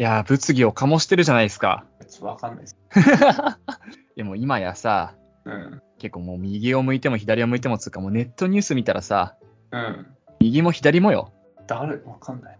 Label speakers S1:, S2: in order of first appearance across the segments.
S1: いやー、物議を醸してるじゃないですか。
S2: ちょっとわかんないです。
S1: でも今やさ、
S2: うん。
S1: 結構もう右を向いても左を向いてもつうか、もうネットニュース見たらさ、
S2: うん。
S1: 右も左もよ。
S2: 誰わかんない。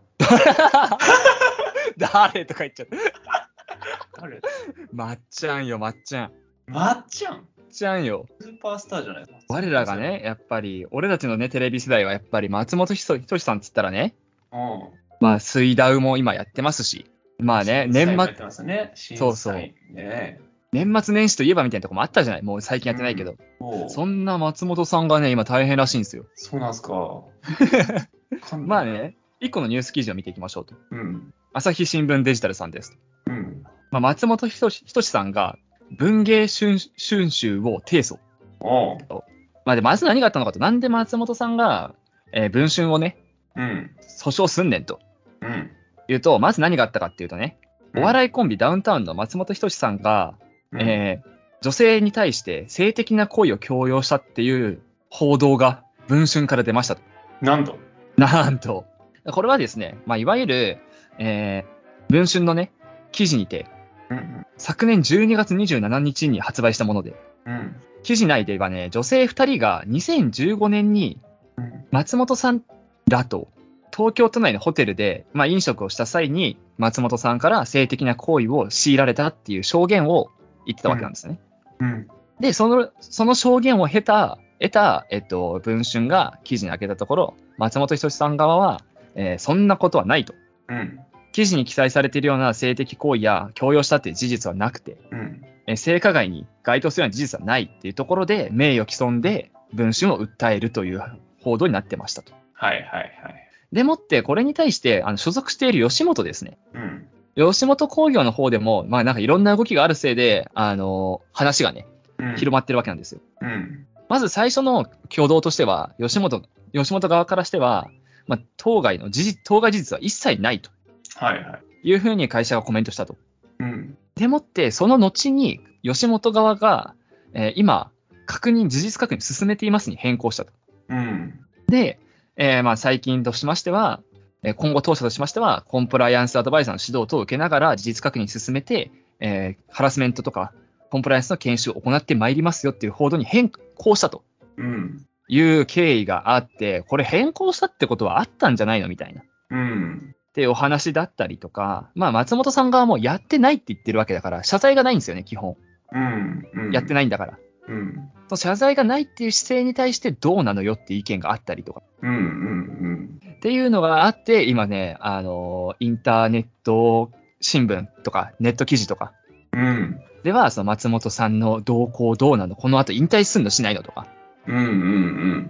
S1: 誰とか言っちゃった。
S2: 誰
S1: まっちゃんよ、まっちゃん。
S2: まっちゃん
S1: まっちゃんよ。
S2: スーパースターじゃないですか。
S1: 我らがね、やっぱり、俺たちのね、テレビ世代はやっぱり松本人志さんっつったらね、
S2: うん。
S1: まあ、水ダウも今やってますし、まあね、年末、
S2: 審査員もやってますね。
S1: そうそう
S2: 審査員ね。
S1: 年末年始といえばみたいなとこもあったじゃない。もう最近やってないけど。
S2: おう
S1: そんな松本さんがね、今大変らしいんですよ。
S2: そうなんすか。わかんない
S1: まあ。ね、一個のニュース記事を見ていきましょうと。
S2: うん。
S1: 朝日新聞デジタルさんです。
S2: うん。
S1: まあ、松本人志さんが文芸春秋を提訴。
S2: おう。
S1: まあ、でまず何があったのかと、なんで松本さんが、文春をね、
S2: うん。
S1: 訴訟すんねんと
S2: うん。
S1: いうと、まず何があったかっていうとね、お
S2: い、
S1: 笑いコンビダウンタウンの松本人志さんが、
S2: うん
S1: 女性に対して性的な行為を強要したっていう報道が文春から出ましたと。
S2: なんと。
S1: なんと。これはですね、まあ、いわゆる、文春のね、記事にて、
S2: うん。
S1: 昨年12月27日に発売したもので、
S2: うん。
S1: 記事内ではね、女性2人が2015年に
S2: うん。
S1: 松本さんらと東京都内のホテルで、まあ、飲食をした際に松本さんから性的な行為を強いられたっていう証言を言ってたわけなんですね。
S2: うん。
S1: で、その証言を得た、文春が記事に開けたところ、松本人志さん側は、そんなことはないと。
S2: うん。
S1: 記事に記載されているような性的行為や強要したっていう事実はなくて、
S2: うん。
S1: 性加害に該当するような事実はないっていうところで、名誉毀損で文春を訴えるという報道になってましたと。
S2: はいはいはい。
S1: でもって、これに対して、所属している吉本ですね。
S2: うん。
S1: 吉本興業の方でも、まあなんかいろんな動きがあるせいで、話がね、
S2: うん。
S1: 広まってるわけなんですよ。
S2: うん。
S1: まず最初の挙動としては、吉本側からしては、まあ、当該事実は一切ないと
S2: はいはい。
S1: いうふうに会社がコメントしたと。
S2: うん。
S1: でもって、その後に吉本側が、今、事実確認進めていますに変更したと。
S2: うん。
S1: で、まあ最近としましては、今後当社としましては、コンプライアンスアドバイザーの指導等を受けながら事実確認進めて、ハラスメントとかコンプライアンスの研修を行ってまいりますよっていう報道に変更したと
S2: うん。
S1: いう経緯があって、これ変更したってことはあったんじゃないのみたいな。
S2: うん。
S1: っていうお話だったりとか、まあ松本さん側もやってないって言ってるわけだから、謝罪がないんですよね、基本。
S2: うん。
S1: やってないんだから。
S2: うん。
S1: その謝罪がないっていう姿勢に対してどうなのよっていう意見があったりとか。
S2: うん。うん。
S1: っていうのがあって、今ね、インターネット新聞とかネット記事とか
S2: うん。
S1: では、その松本さんの動向どうなの、この後引退すんのしないのとか。
S2: うん。うん。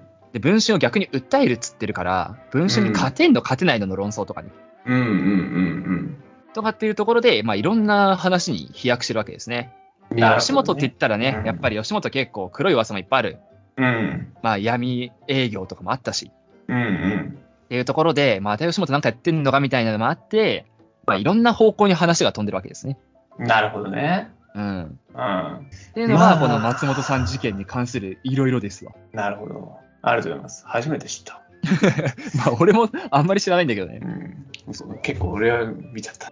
S1: で、文春を逆に訴えるっつってるから、文春に勝てんの勝てないのの論争とかね。
S2: うん。うん。
S1: とかっていうところで、まあいろんな話に飛躍してるわけですね。で吉本って言ったらね、やっぱり吉本結構黒い噂もいっぱいある。
S2: うん。
S1: まあ闇営業とかもあったし。
S2: うん。
S1: っていうところで、また吉本なんかやってんのかみたいなのもあって、まあいろんな方向に話が飛んでるわけですね。
S2: なるほどね。
S1: うん。
S2: うん。
S1: っていうのが、この松本さん事件に関するいろいろですわ。
S2: なるほど。ありがとうございます。初めて知った。
S1: まあ俺もあんまり知らないんだけどね。
S2: うん。そう結構俺は見ちゃった。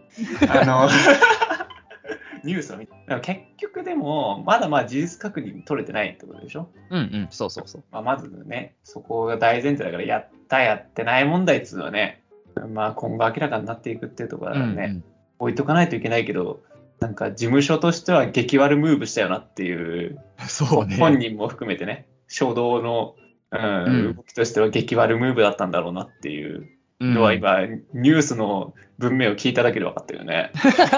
S2: ニュースを見た。結局でも、まだまあ事実確認取れてないってことでしょ。
S1: うんうん、そうそうそう。
S2: まあ、まずね、そこが大前提だから、やったやってない問題っていうのはね、まあ今後明らかになっていくっていうところだからね、
S1: うんうん、
S2: 置いとかないといけないけど、なんか事務所としては激悪ムーブしたよなっていう、
S1: そうね。
S2: 本人も含めてね、初動の、動きとしては激悪ムーブだったんだろうなっていうのは今、ニュースの文面を聞いただけで分かったよね。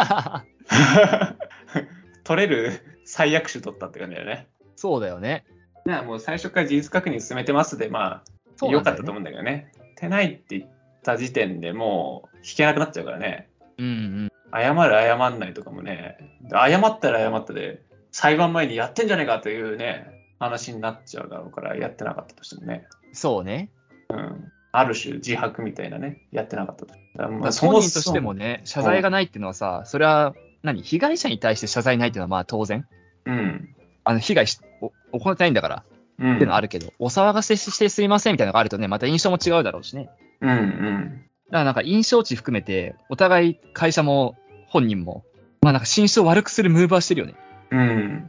S2: 取れる最悪手取ったって感じだよね。
S1: そうだよね。
S2: もう最初から事実確認進めてますで、まあ、良かったと思うんだけどね。てないって言った時点でもう引けなくなっちゃうからね。
S1: うんうん。
S2: 謝る謝んないとかもね、謝ったら謝ったで、裁判前にやってんじゃねえかというね、話になっちゃうだろうから、やってなかったとしてもね。
S1: そうね。
S2: ある種自白みたいなね、やってなかったと。
S1: 本人としてもね、謝罪がないっていうのはさ、それは被害者に対して謝罪ないっていうのはまあ当然。被害行ってないんだから、っていうのはあるけど、お騒がせしてすいませんみたいなのがあるとね、また印象も違うだろうしね。だからなんか印象値含めて、お互い会社も本人も。まあなんか心象悪くするムーブはしてるよね。
S2: うん。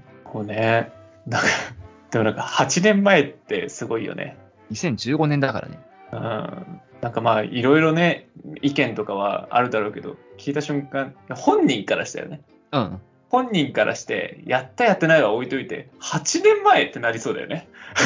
S2: こうね。でもなんか8年前ってすごいよね。
S1: 2015年だからね。
S2: うん。なんかまあいろいろね、意見とかはあるだろうけど、聞いた瞬間、本人からしたよね。
S1: うん。
S2: 本人からして、やったやってないは置いといて、8年前ってなりそうだよね。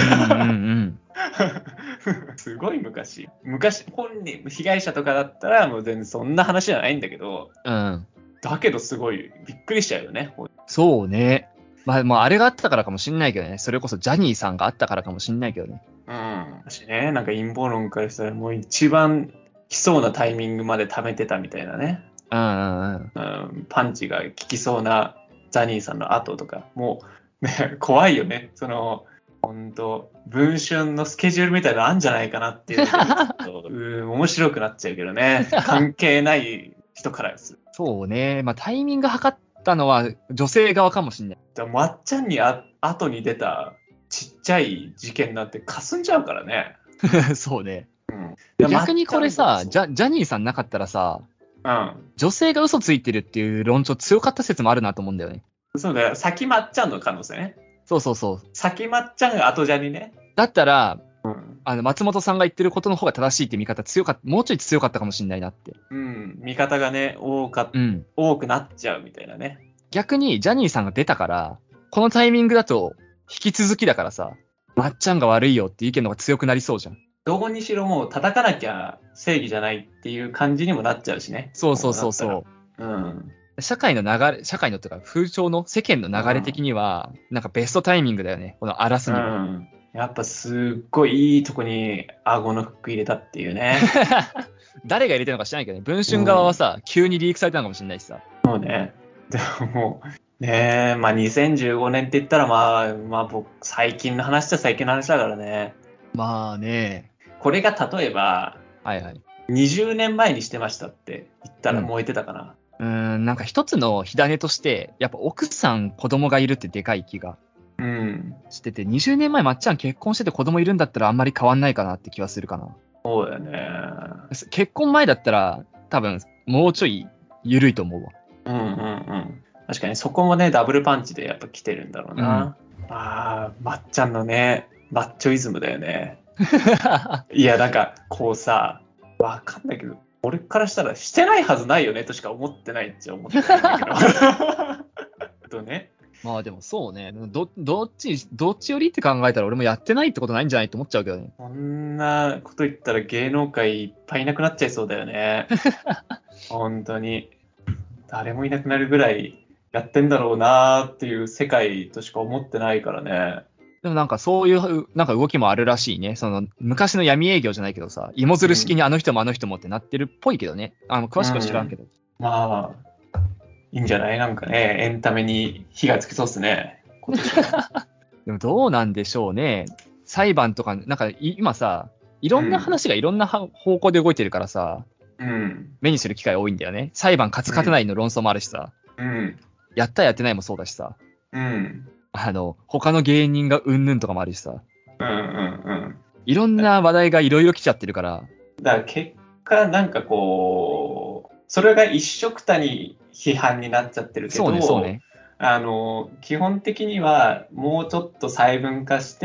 S2: すごい昔、本人、被害者とかだったら、もう全然そんな話じゃないんだけど、
S1: うん。
S2: だけどすごいびっくりしちゃうよね。
S1: そうね。まあ、もうあれがあったからかもしんないけどね。それこそジャニーさんがあったからかもしんないけどね。
S2: うん。私ね、なんか陰謀論からしたら、もう一番来そうなタイミングまで貯めてたみたいなね。パンチが効きそうなジャニーさんの後とか、もう、ね、怖いよね。本当文春のスケジュールみたいなのあるんじゃないかなっていうと面白くなっちゃうけどね。関係ない人からです。
S1: そうね。まあタイミング測ったのは女性側かもしんない。
S2: まっちゃんに後に出たちっちゃい事件なんて霞んじゃうからね。
S1: そうね。
S2: うん、
S1: 逆にこれさ、ジャニーさんなかったらさ、
S2: うん、
S1: 女性が嘘ついてるっていう論調強かった説もあるなと思うんだよね。
S2: そうだよ。先まっちゃんの可能性ね。
S1: そうそうそう。
S2: 先まっちゃんが後ジャニね。
S1: だったら、
S2: うん、
S1: 松本さんが言ってることの方が正しいって見方もうちょい強かったかもしれないなって。
S2: うん、見方がね、多くなっちゃうみたいなね。
S1: 逆にジャニーさんが出たから、このタイミングだと引き続きだからさ、まっちゃんが悪いよっていう意見の方が強くなりそうじゃん。
S2: どこにしろもう叩かなきゃ正義じゃないっていう感じにもなっちゃうしね。
S1: そうそうそうそう。
S2: うん。
S1: 社会のっていうか風潮の世間の流れ的には、なんかベストタイミングだよね。この荒らすには。
S2: うん。やっぱすっごいいいとこに顎のフック入れたっていうね。
S1: 誰が入れてるのか知らないけどね。文春側はさ、急にリークされたのかもしれないしさ。
S2: そうね。でももう、ねえ、まあ2015年って言ったら僕、最近の話っちゃ最近の話だからね。
S1: まあね。
S2: これが例えば、
S1: はいはい。
S2: 20年前にしてましたって言ったら燃えてたかな。
S1: なんか一つの火種として、やっぱ奥さん子供がいるってでかい気がしてて、20年前まっちゃん結婚してて子供いるんだったらあんまり変わんないかなって気はするかな。
S2: そうだよね。
S1: 結婚前だったら多分もうちょい緩いと思うわ。
S2: 確かにそこもね、ダブルパンチでやっぱ来てるんだろうな。まっちゃんのね、マッチョイズムだよね。いや、なんか、こうさ、わかんないけど、俺からしたらしてないはずないよねとしか思ってないっちゃ思ってないんだけど。ね。
S1: まあでもそうね。どっちよりって考えたら俺もやってないってことないんじゃないって思っちゃうけどね。
S2: こんなこと言ったら芸能界いっぱいいなくなっちゃいそうだよね。本当に。誰もいなくなるぐらいやってんだろうなーっていう世界としか思ってないからね。
S1: でもなんかそういうなんか動きもあるらしいね。その昔の闇営業じゃないけどさ、芋づる式にあの人もあの人もってなってるっぽいけどね。詳しくは知らんけど。
S2: まあ、いいんじゃないなんかね、エンタメに火がつきそうっすね。
S1: でもどうなんでしょうね。裁判とか、なんか今さ、いろんな話がいろんな方向で動いてるからさ、目にする機会多いんだよね。裁判勝つ勝てないの論争もあるしさ、やったやってないもそうだしさ、他の芸人がうんぬんとかもあるしさ、いろんな話題がいろいろ来ちゃってるから。
S2: だから結果なんかこう、それが一緒くたに批判になっちゃってるけど、
S1: そうね。
S2: 基本的にはもうちょっと細分化して、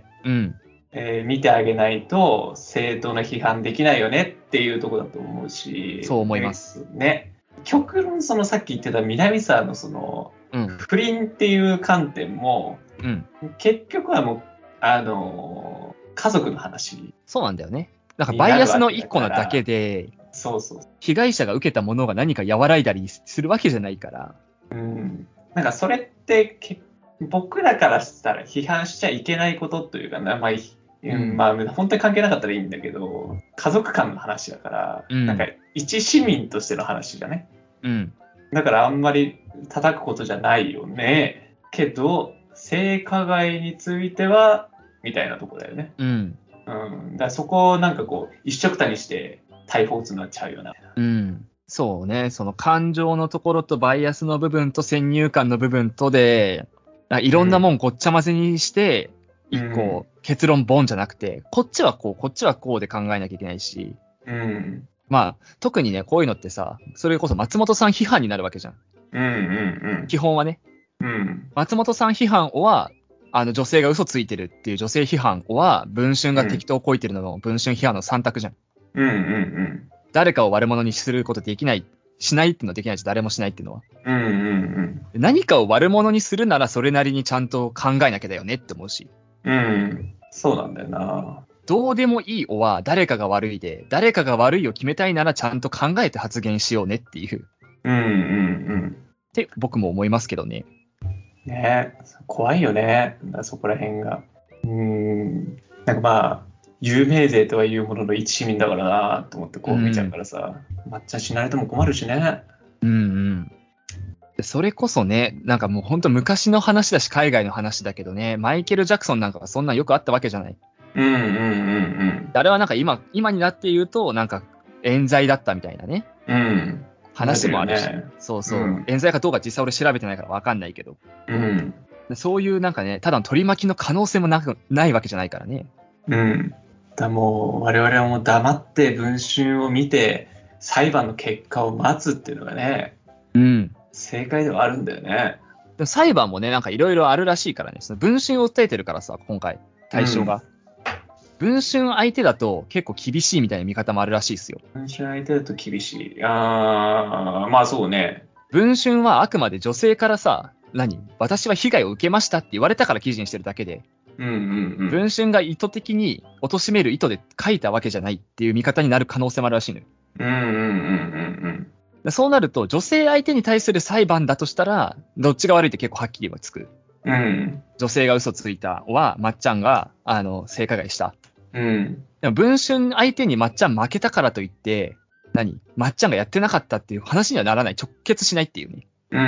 S2: 見てあげないと正当な批判できないよねっていうところだと思うし、
S1: そう思います。
S2: ね。極論そのさっき言ってた南沢のその、不倫っていう観点も、結局はもう、家族の話。
S1: そうなんだよね。なんかバイアスの一個なだけで、被害者が受けたものが何か和らいだりするわけじゃないから。
S2: なんかそれって僕らからしたら批判しちゃいけないことというかな、本当に関係なかったらいいんだけど、家族間の話だから、なんか一市民としての話じゃね。だからあんまり叩くことじゃないよね。けど、性加害については、みたいなとこだよね。だからそこをなんかこう、一緒くたにして逮捕打つになっちゃうよな。
S1: そうね。その感情のところとバイアスの部分と先入観の部分とで、いろんなもんごっちゃ混ぜにして、一個結論ボンじゃなくて、こっちはこう、こっちはこうで考えなきゃいけないし、 まあ、特にね、こういうのってさ、それこそ松本さん批判になるわけじゃん。
S2: うんうん
S1: 基本はね。
S2: うん。うん。
S1: 松本さん批判は、女性が嘘ついてるっていう女性批判は、文春が適当をこいてるのの文春批判の3択じゃん。
S2: うんうんうん。
S1: 誰かを悪者にすることできない、しないっていうのはできないし、誰もしないっていうのは。
S2: うんうんうん。
S1: 何かを悪者にするならそれなりにちゃんと考えなきゃだよねって思うし。
S2: うん。そうなんだよな。
S1: どうでもいいおは誰かが悪いで、誰かが悪いを決めたいならちゃんと考えて発言しようねっていう。
S2: うんうんうん。
S1: って僕も思いますけどね。
S2: ね、怖いよね。そこら辺が。なんかまあ、有名税とはいうものの一市民だからなと思ってこう見ちゃうからさ、まっちゃん死なれても困るしね。
S1: うんうん。それこそね、なんかもう本当昔の話だし、海外の話だけどね、マイケル・ジャクソンなんかはそんなんよくあったわけじゃない。
S2: うんうんうんうん。
S1: あれはなんか今になって言うと、なんか冤罪だったみたいなね、
S2: うん。
S1: 話もあるし、
S2: ね、
S1: そうそう、
S2: うん、
S1: 冤罪かどうか実際俺調べてないからわかんないけど、
S2: うん。
S1: そういうなんかね、ただの取り巻きの可能性もないわけじゃないからね。
S2: うん。もう我々はもう黙って文春を見て、裁判の結果を待つっていうのがね、
S1: うん。
S2: 正解ではあるんだよね。
S1: でも裁判もね、なんかいろいろあるらしいからね、その文春を訴えてるからさ、今回、対象が。文春相手だと結構厳しいみたいな見方もあるらしいですよ。
S2: 文春相手だと厳しい。まあそうね。
S1: 文春はあくまで女性からさ、私は被害を受けましたって言われたから記事にしてるだけで、文春が意図的に貶める意図で書いたわけじゃないっていう見方になる可能性もあるらしいのよ。そうなると、女性相手に対する裁判だとしたら、どっちが悪いって結構はっきりはつく。
S2: うん。
S1: 女性が嘘ついたは、まっちゃんが、性加害した。
S2: うん。
S1: でも文春相手にまっちゃん負けたからといって、まっちゃんがやってなかったっていう話にはならない。直結しないっていうね。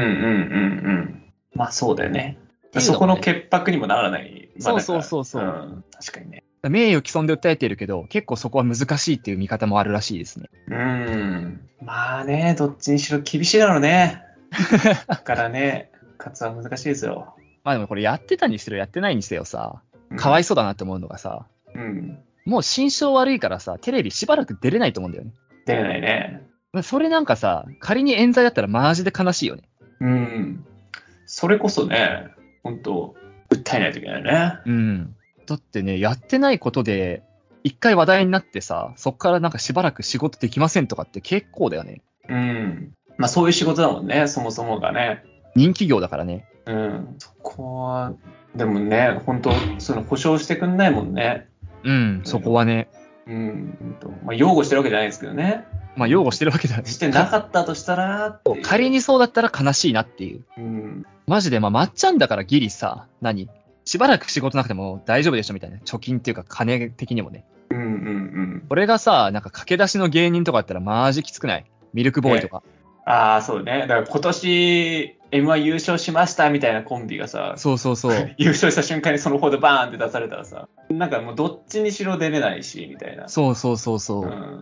S2: まあそうだよね。そこの潔白にもならない。
S1: そうそう。
S2: 確かにね。
S1: 名誉毀損で訴えているけど、結構そこは難しいっていう見方もあるらしいですね。
S2: まあね、どっちにしろ厳しいだろうね。だからね、勝つは難しいですよ。
S1: まあでもこれやってたにせよやってないにせよさ、かわいそうだなって思うのがさ、もう心象悪いからさ、テレビしばらく出れないと思うんだよね。
S2: 出れないね。
S1: それなんかさ、仮に冤罪だったらマジで悲しいよね。
S2: それこそね、本当訴えないといけないね。
S1: だってね、やってないことで、一回話題になってさ、そっからなんかしばらく仕事できませんとかって結構だよね。
S2: まあそういう仕事だもんね、そもそもがね。
S1: 人気業だからね。
S2: そこは、でもね、本当その保証してくんないもんね。
S1: そこはね。
S2: まあ、擁護してるわけじゃないですけどね。
S1: まあ、擁護してるわけじゃない。
S2: してなかったとしたら、
S1: 仮にそうだったら悲しいなっていう。マジで、まっちゃんだからギリさ、しばらく仕事なくても大丈夫でしょみたいな。貯金っていうか金的にもね。これがさ、なんか駆け出しの芸人とかだったらマジきつくない？ミルクボーイとか。
S2: そうね。だから今年 M1 優勝しましたみたいなコンビがさ、
S1: そう。
S2: 優勝した瞬間にその報道バーンって出されたらさ、なんかもうどっちにしろ出れないし、みたいな。
S1: そう。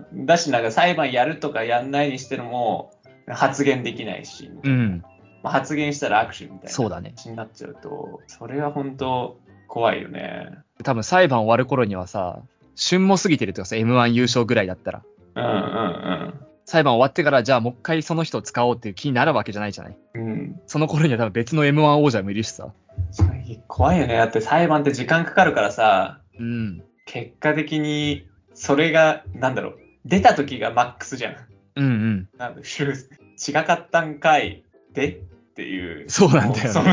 S2: だしなんか裁判やるとかやんないにしても発言できないし、まあ、発言したら握手みたいな話になっちゃうと、それは本当怖いよね。
S1: 多分裁判終わる頃にはさ、旬も過ぎてるとかさ、M1 優勝ぐらいだったら。裁判終わってから、じゃあもう一回その人を使おうっていう気になるわけじゃないじゃない。その頃には多分別の M1 王者もいるしさ。
S2: 怖いよね。だって裁判って時間かかるからさ、結果的にそれが、出た時がマックスじゃん。違かったんかいでっていう。
S1: そうなんだよね。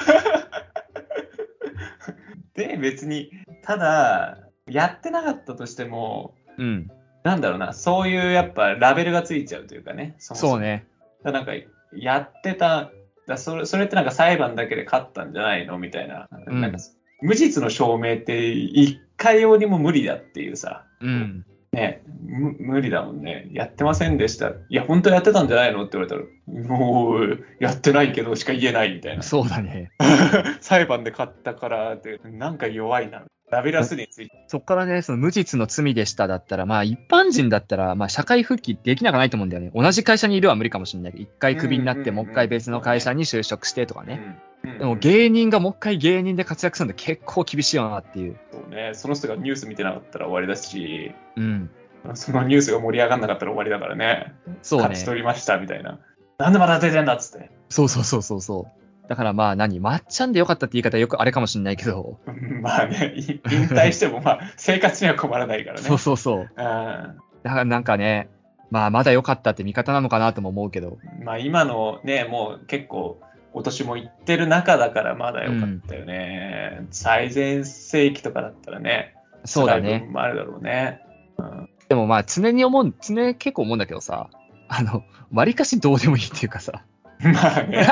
S2: で、別に、ただ、やってなかったとしても、そういうやっぱラベルがついちゃうというかね。
S1: そうね。
S2: なんか、やってた、それってなんか裁判だけで勝ったんじゃないのみたいな。なんか無実の証明って一回用にも無理だっていうさ。ね、無理だもんね。やってませんでした。いや、本当やってたんじゃないのって言われたら、もう、やってないけどしか言えないみたいな。
S1: そうだね。
S2: 裁判で勝ったからって、なんか弱いな。ラベルはすでについて。
S1: そっからね、その無実の罪でしただったら、まあ一般人だったら、まあ社会復帰できなくないと思うんだよね。同じ会社にいるは無理かもしれないけど、一回クビになって、もう一回別の会社に就職してとかね。でも芸人がもう一回芸人で活躍するの結構厳しいよなっていう。
S2: そうね、その人がニュース見てなかったら終わりだし、 そのニュースが盛り上がんなかったら終わりだからね。
S1: そうね。
S2: 勝ち取りましたみたいな。なんでまだ出てんだっつって。
S1: そうそうそうそうそう。だからまあまっちゃんでよかったって言い方よくあれかもしれないけど。
S2: まあね、引退してもまあ生活には困らないからね。
S1: そうそうそう。だからなんかね、まあまだ良かったって見方なのかなとも思うけど。
S2: まあ今のね、もう結構お年もいってる中だからまだ良かったよね。最前世紀とかだったらね、
S1: そうだね。
S2: 辛い部分もあるだろうね。
S1: でもまあ常結構思うんだけどさ、割かしどうでもいいっていうかさ。
S2: まあね。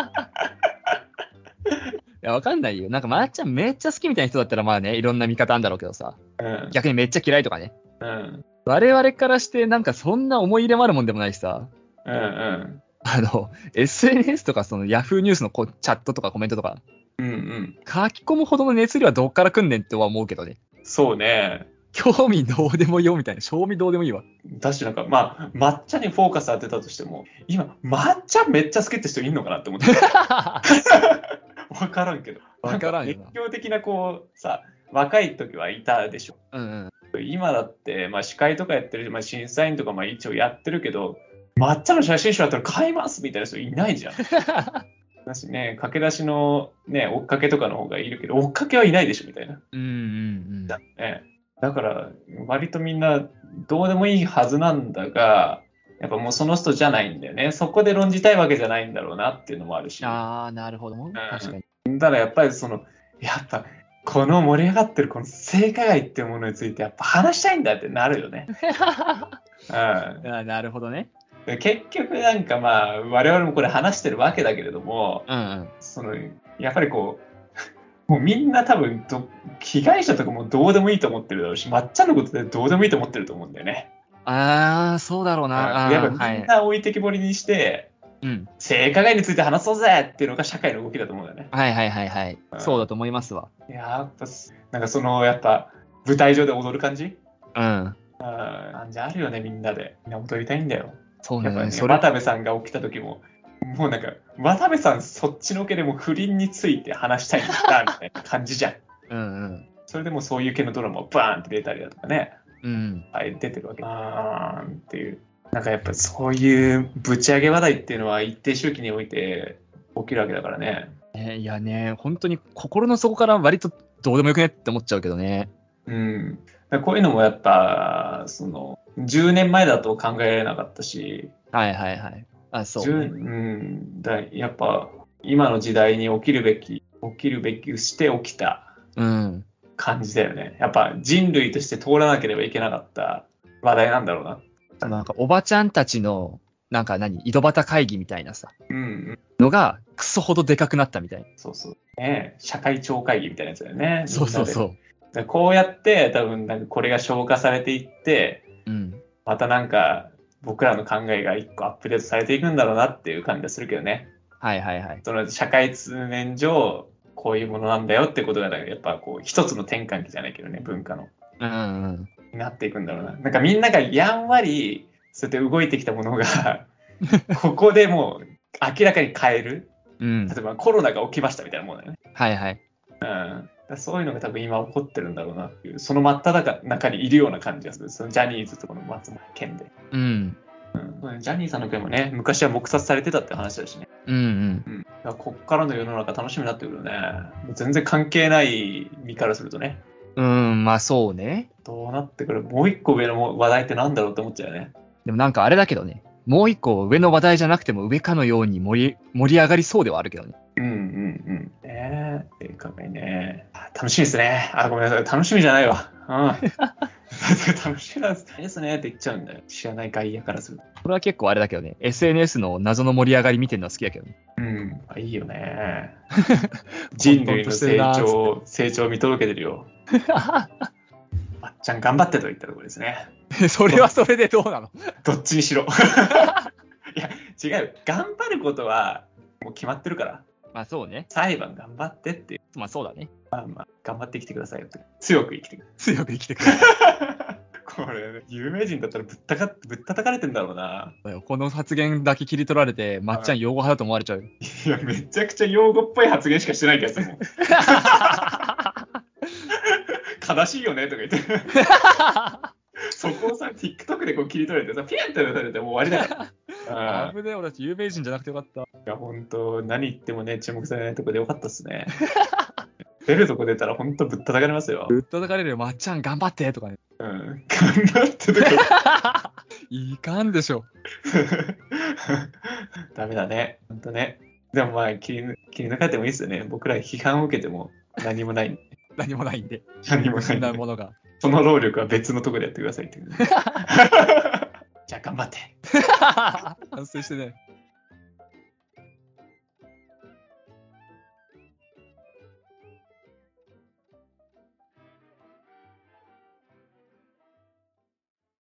S1: いや、わかんないよ。なんかまっちゃんめっちゃ好きみたいな人だったらまあね、いろんな見方あるんだろうけどさ。逆にめっちゃ嫌いとかね。我々からしてなんかそんな思い入れもあるもんでもないしさ。SNS とかその Yahoo ニュースのチャットとかコメントとか、書き込むほどの熱量はどっから来んねんっては思うけどね。
S2: そうね。
S1: 興味どうでもいいよみたいな、賞味どうでもいいわ。
S2: 確かなんか、まあ、抹茶にフォーカス当てたとしても、今、抹茶めっちゃ好きって人いるのかなって思って。わからんけど。
S1: わからんよな。
S2: 熱狂的なこう、さ、若い時はいたでしょ。今だって、まあ、司会とかやってる、まあ、審査員とかまあ一応やってるけど、抹茶の写真集だったら買いますみたいな人いないじゃん。私ね、駆け出しのね、追っかけとかの方がいるけど、追っかけはいないでしょみたいな。だから、割とみんなどうでもいいはずなんだが、やっぱもうその人じゃないんだよね。そこで論じたいわけじゃないんだろうなっていうのもあるし。
S1: ああ、なるほど。確か
S2: に。だからやっぱりやっぱ、この盛り上がってるこの性加害っていうものについてやっぱ話したいんだってなるよね。
S1: なるほどね。
S2: 結局なんかまあ我々もこれ話してるわけだけれども、やっぱりこうもうみんな多分被害者とかもどうでもいいと思ってるだろうし、抹茶のことでどうでもいいと思ってると思うんだよね。
S1: ああ、そうだろうな。
S2: やっぱみんな置いてきぼりにして、性加害について話そうぜっていうのが社会の動きだと思うんだよね。
S1: はい。そうだと思いますわ。
S2: やっぱなんかやっぱ舞台上で踊る感じ？感じあるよね、みんなで。みんな踊りたいんだよ。
S1: そうね。
S2: やっぱね、渡部さんが起きた時も、もうなんか、渡部さんそっちのけでも不倫について話したいんだ、みたいな感じじゃん。それでもそういう系のドラマをバーンって出たりだとかね。出てるわけ。っていう。なんかやっぱそういうぶち上げ話題っていうのは一定周期において起きるわけだからね。
S1: いやね、本当に心の底から割とどうでもよくねって思っちゃうけどね。
S2: こういうのもやっぱ、10年前だと考えられなかったし。
S1: そうね。
S2: やっぱ、今の時代に起きるべきして起きた感じだよね。やっぱ人類として通らなければいけなかった話題なんだろうな。
S1: なんかおばちゃんたちの、なんか井戸端会議みたいなさ、のがクソほどでかくなったみたいな。
S2: 社会庁会議みたいなやつだよね。
S1: そう
S2: こうやって多分なんかこれが消化されていって、またなんか僕らの考えが一個アップデートされていくんだろうなっていう感じがするけどね。社会通念上こういうものなんだよってことがやっぱこう一つの転換期じゃないけどね、文化の。になっていくんだろうな。なんかみんながやんわりそうやって動いてきたものがここでもう明らかに変える。例えばコロナが起きましたみたいなものだよね。そういうのが多分今起こってるんだろうなっていう、その真っ只中にいるような感じがする。そのジャニーズとこの松本件で。ジャニーさんの件もね、昔は黙殺されてたって話だしね。こっからの世の中楽しみになってくるよね。全然関係ない身からするとね。
S1: まあそうね。
S2: どうなってくる？もう一個上の話題ってなんだろうって思っちゃうよね。
S1: でもなんかあれだけどね、もう一個上の話題じゃなくても上かのように盛り上がりそうではあるけどね。
S2: 楽しみですね。ごめんなさい。楽しみじゃないわ。楽しみですねって言っちゃうんだよ。知らない外野からすると。
S1: これは結構あれだけどね、SNS の謎の盛り上がり見てるのは好きだけどね。
S2: いいよね。人類の成長を見届けてるよ。まっちゃん頑張ってといったところですね。
S1: それはそれでどうなの？
S2: どっちにしろ。いや、違う。頑張ることはもう決まってるから。
S1: まあそうね。
S2: 裁判頑張ってっていう。
S1: まあそうだね。
S2: 頑張って生きてくださいよって。強く生きてくだ
S1: さい。
S2: これ、有名人だったらぶったたかれてんだろうな。
S1: この発言だけ切り取られて、まっちゃん擁護派だと思われちゃう。
S2: いや、めちゃくちゃ擁護っぽい発言しかしてない気がするもん。悲しいよねとか言って。 そこをさ、TikTok でこう切り取れてさ、ピュンって出されてもう終わりだから。
S1: 危ねえ、俺たち有名人じゃなくてよかった。い
S2: や、ほんと、何言ってもね、注目されないとこでよかったっすね。出るとこ出たらほんとぶったたかれますよ。
S1: ぶったたかれるよ、まっちゃん頑張ってとかね。
S2: うん、頑張ってとか。
S1: いかんでしょ。
S2: ダメだね、ほんとね。でもまあ切り抜かれてもいいっすよね。僕ら批判を受けても何もない。
S1: 何もないんで。
S2: 何もない。
S1: そんなものが。
S2: その労力は別のところでやってくださいっていう。じゃあ頑張って。
S1: 反省してね。